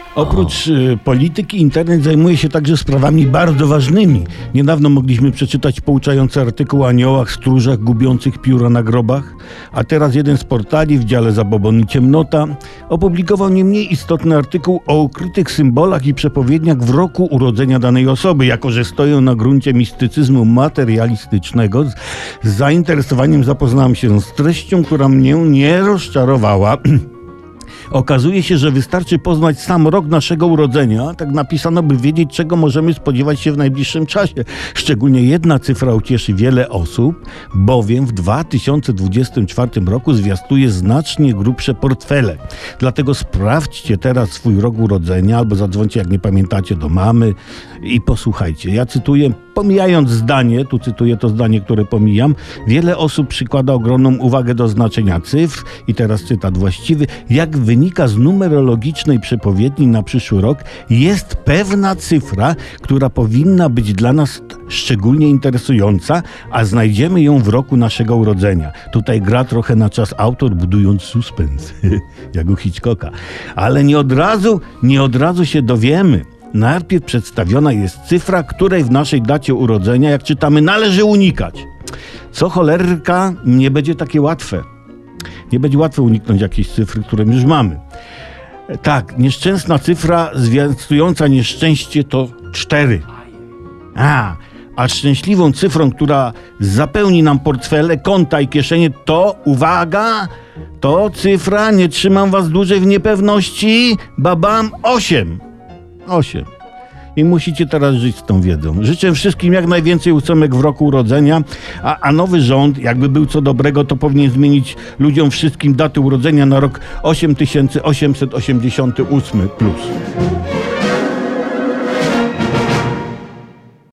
Oprócz polityki, internet zajmuje się także sprawami bardzo ważnymi. Niedawno mogliśmy przeczytać pouczający artykuł o aniołach, stróżach gubiących pióra na grobach, a teraz jeden z portali w dziale Zabobon i ciemnota opublikował nie mniej istotny artykuł o ukrytych symbolach i przepowiedniach w roku urodzenia danej osoby. Jako że stoją na gruncie mistycyzmu materialistycznego, z zainteresowaniem zapoznałem się z treścią, która mnie nie rozczarowała. Okazuje się, że wystarczy poznać sam rok naszego urodzenia, tak napisano, by wiedzieć, czego możemy spodziewać się w najbliższym czasie. Szczególnie jedna cyfra ucieszy wiele osób, bowiem w 2024 roku zwiastuje znacznie grubsze portfele. Dlatego sprawdźcie teraz swój rok urodzenia albo zadzwońcie, jak nie pamiętacie, do mamy i posłuchajcie. Ja cytuję, pomijając zdanie, tu cytuję to zdanie, które pomijam, wiele osób przykłada ogromną uwagę do znaczenia cyfr i teraz cytat właściwy. Jak wynika z numerologicznej przepowiedni na przyszły rok, jest pewna cyfra, która powinna być dla nas szczególnie interesująca, a znajdziemy ją w roku naszego urodzenia. Tutaj gra trochę na czas autor, budując suspens, jak u Hitchcocka. Ale nie od razu się dowiemy. Najpierw przedstawiona jest cyfra, której w naszej dacie urodzenia, jak czytamy, należy unikać. Co cholerka, nie będzie takie łatwe. Nie będzie łatwo uniknąć jakiejś cyfry, którą już mamy. Tak, nieszczęsna cyfra zwiastująca nieszczęście to 4. A szczęśliwą cyfrą, która zapełni nam portfele, konta i kieszenie, to, uwaga, to cyfra, nie trzymam was dłużej w niepewności, babam, 8. I musicie teraz żyć z tą wiedzą. Życzę wszystkim jak najwięcej ósemek w roku urodzenia, a nowy rząd, jakby był co dobrego, to powinien zmienić ludziom wszystkim daty urodzenia na rok 8888+.